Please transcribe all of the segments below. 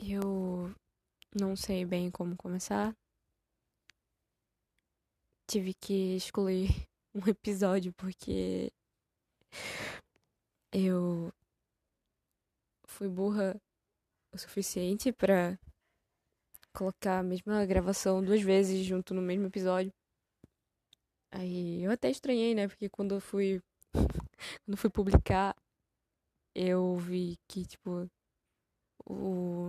Eu não sei bem como começar. Tive que excluir um episódio porque eu fui burra o suficiente pra colocar a mesma gravação duas vezes junto no mesmo episódio. Aí eu até estranhei, né? Porque quando fui publicar, eu vi que, tipo, o,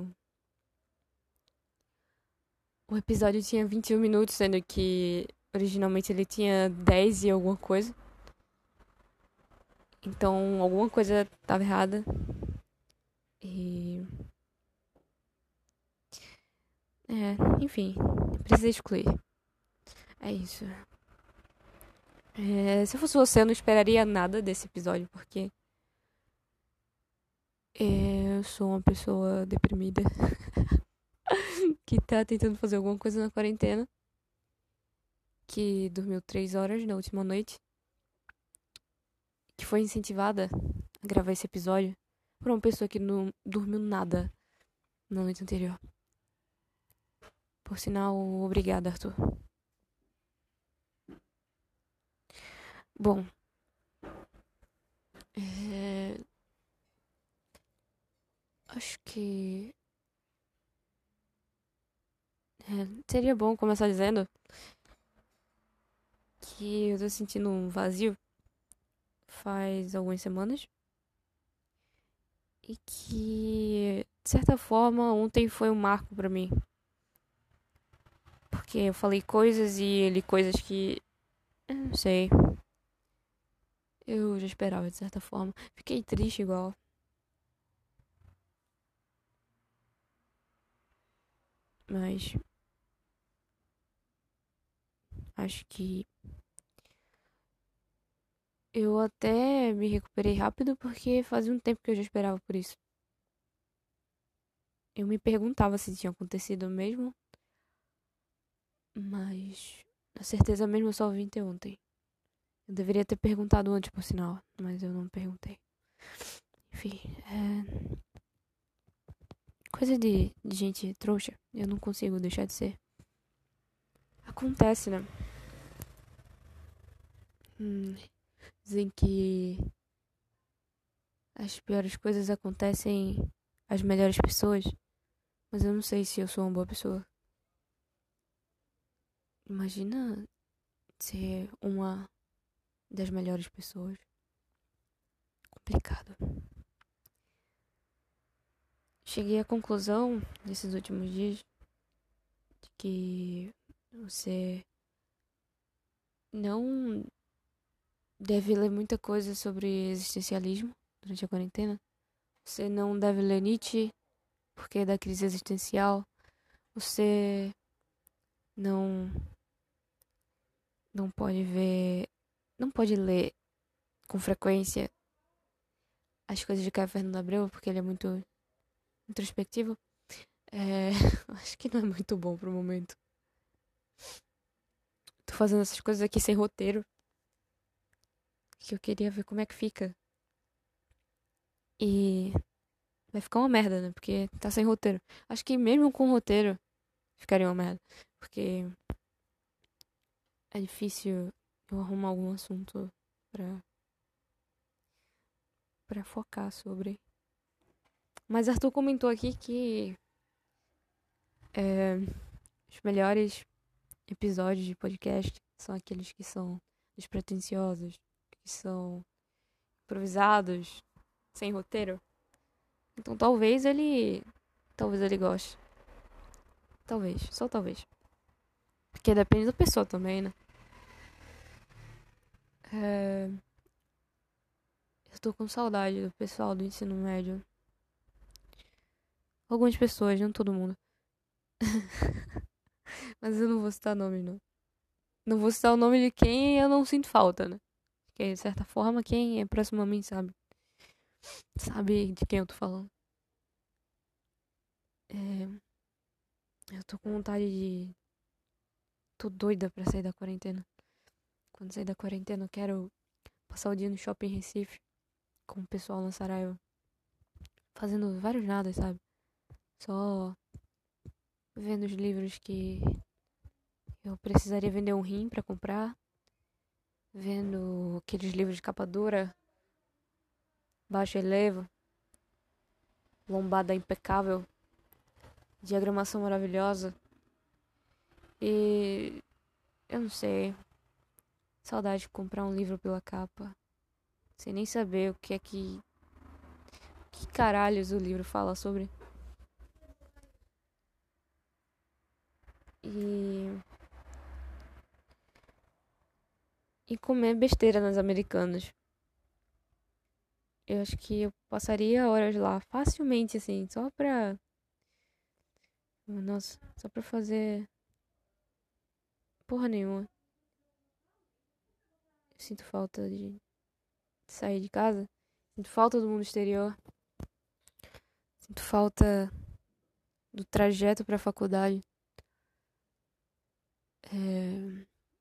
o episódio tinha 21 minutos, sendo que originalmente ele tinha 10 e alguma coisa. Então, alguma coisa tava errada. E. Enfim, precisa excluir. É isso. Se eu fosse você, eu não esperaria nada desse episódio, porque eu sou uma pessoa deprimida que tá tentando fazer alguma coisa na quarentena, que dormiu 3 horas na última noite, que foi incentivada a gravar esse episódio por uma pessoa que não dormiu nada na noite anterior. Por sinal, obrigada, Arthur. Bom, é, acho que seria bom começar dizendo que eu tô sentindo um vazio faz algumas semanas e que, de certa forma, ontem foi um marco pra mim. Porque eu falei coisas e ele coisas que, eu não sei, eu já esperava de certa forma. Fiquei triste igual, mas acho que eu até me recuperei rápido porque fazia um tempo que eu já esperava por isso. Eu me perguntava se tinha acontecido mesmo, mas a certeza mesmo eu só vim ter ontem. Eu deveria ter perguntado antes, por sinal, mas eu não perguntei. Enfim, coisa de gente trouxa. Eu não consigo deixar de ser. Acontece, né? Dizem que as piores coisas acontecem às melhores pessoas, mas eu não sei se eu sou uma boa pessoa. Imagina ser uma das melhores pessoas. Complicado. Cheguei à conclusão nesses últimos dias de que você não deve ler muita coisa sobre existencialismo durante a quarentena. Você não deve ler Nietzsche porque é da crise existencial. Você não não pode ver, não pode ler com frequência as coisas de Caio Fernando Abreu porque ele é muito introspectivo. É, acho que não é muito bom pro momento. Tô fazendo essas coisas aqui sem roteiro, que eu queria ver como é que fica. E vai ficar uma merda, né? Porque tá sem roteiro. Acho que mesmo com roteiro ficaria uma merda. Porque é difícil eu arrumar algum assunto pra, pra focar sobre. Mas Arthur comentou aqui que é, os melhores episódios de podcast são aqueles que são despretensiosos, que são improvisados, sem roteiro. Então talvez ele goste. Talvez, só talvez. Porque depende da pessoa também, né? É, eu tô com saudade do pessoal do ensino médio. Algumas pessoas, não todo mundo. Mas eu não vou citar nome, não. Não vou citar o nome de quem eu não sinto falta, né? Porque, de certa forma, quem é próximo a mim sabe. Sabe de quem eu tô falando. É, eu tô com vontade de. Tô doida pra sair da quarentena. Quando sair da quarentena, eu quero passar o dia no shopping em Recife com o pessoal na Saraiva. Fazendo vários nada, sabe? Só vendo os livros que eu precisaria vender um rim pra comprar. Vendo aqueles livros de capa dura, baixo relevo, lombada impecável, diagramação maravilhosa. E eu não sei, saudade de comprar um livro pela capa, sem nem saber o que é que caralhos o livro fala sobre. E comer besteira nas Americanas. Eu acho que eu passaria horas lá facilmente, assim, só pra. Nossa, só pra fazer porra nenhuma. Eu sinto falta de sair de casa. Sinto falta do mundo exterior. Sinto falta do trajeto pra faculdade. É...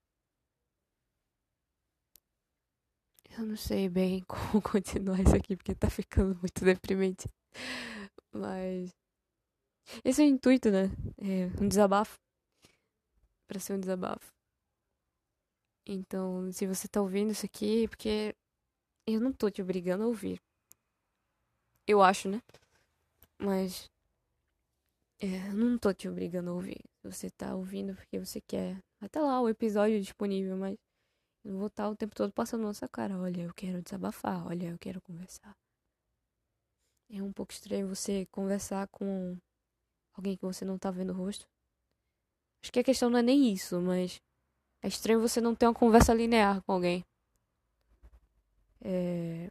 Eu não sei bem como continuar isso aqui, porque tá ficando muito deprimente. Mas. Esse é o intuito, né? É um desabafo. Pra ser um desabafo. Então, se você tá ouvindo isso aqui, é porque eu não tô te obrigando a ouvir. Eu acho, né? Mas eu não tô te obrigando a ouvir. Você tá ouvindo porque você quer. Até lá o episódio disponível, mas eu não vou estar o tempo todo passando na nossa cara. Olha, eu quero desabafar. Olha, eu quero conversar. É um pouco estranho você conversar com alguém que você não tá vendo o rosto. Acho que a questão não é nem isso, mas é estranho você não ter uma conversa linear com alguém. É...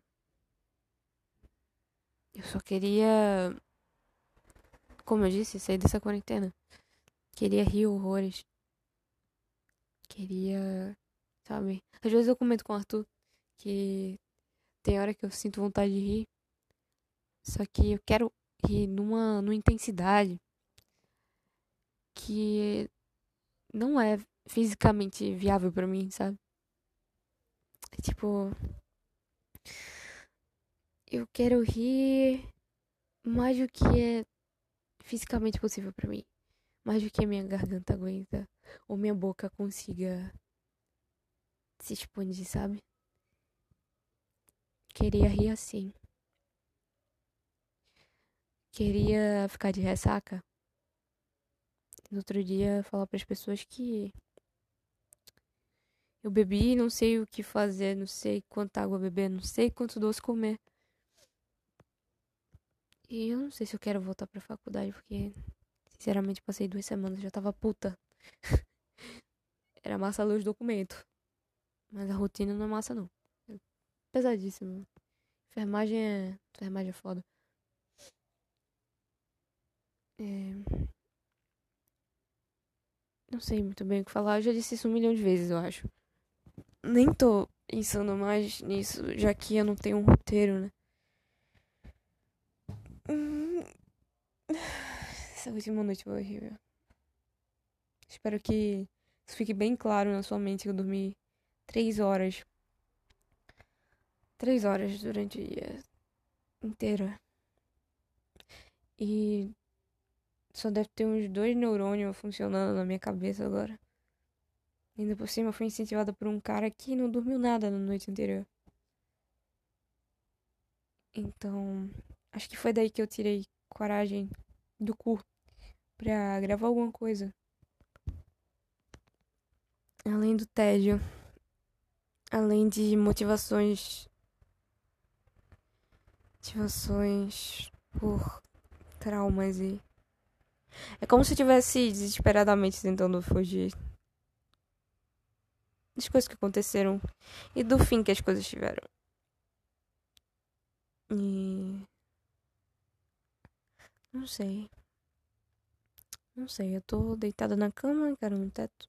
Eu só queria, como eu disse, sair dessa quarentena. Queria rir horrores. Queria, sabe? Às vezes eu comento com o Arthur que tem hora que eu sinto vontade de rir, só que eu quero rir numa intensidade que não é fisicamente viável pra mim, sabe? É tipo, eu quero rir mais do que é fisicamente possível pra mim, mais do que a minha garganta aguenta ou minha boca consiga se expandir, sabe? Queria rir assim. Queria ficar de ressaca. No outro dia falar para as pessoas que eu bebi, não sei o que fazer, não sei quanta água beber, não sei quanto doce comer. E eu não sei se eu quero voltar pra faculdade, porque, sinceramente, passei 2 semanas, já tava puta. Era massa ler os documentos, mas a rotina não é massa, não. É pesadíssimo. Enfermagem é foda. É, não sei muito bem o que falar, eu já disse isso 1 milhão de vezes, eu acho. Nem tô pensando mais nisso, já que eu não tenho um roteiro, né? Essa última noite foi horrível. Espero que isso fique bem claro na sua mente que eu dormi 3 horas. 3 horas durante o dia inteiro. E só deve ter uns 2 neurônios funcionando na minha cabeça agora. Ainda por cima, eu fui incentivada por um cara que não dormiu nada na noite anterior. Então, acho que foi daí que eu tirei coragem do cu pra gravar alguma coisa. Além do tédio. Além de motivações. Motivações por traumas e. É como se eu estivesse desesperadamente tentando fugir das coisas que aconteceram e do fim que as coisas tiveram. E. Não sei. Não sei. Eu tô deitada na cama, encarando no teto.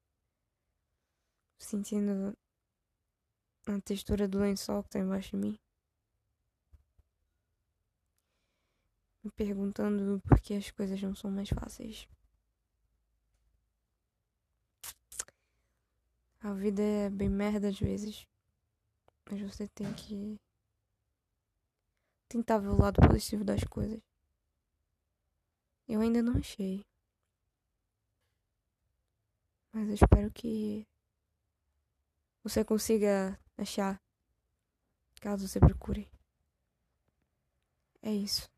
Sentindo a textura do lençol que tá embaixo de mim. Me perguntando por que as coisas não são mais fáceis. A vida é bem merda às vezes. Mas você tem que tentar ver o lado positivo das coisas. Eu ainda não achei, mas eu espero que você consiga achar, caso você procure. É isso.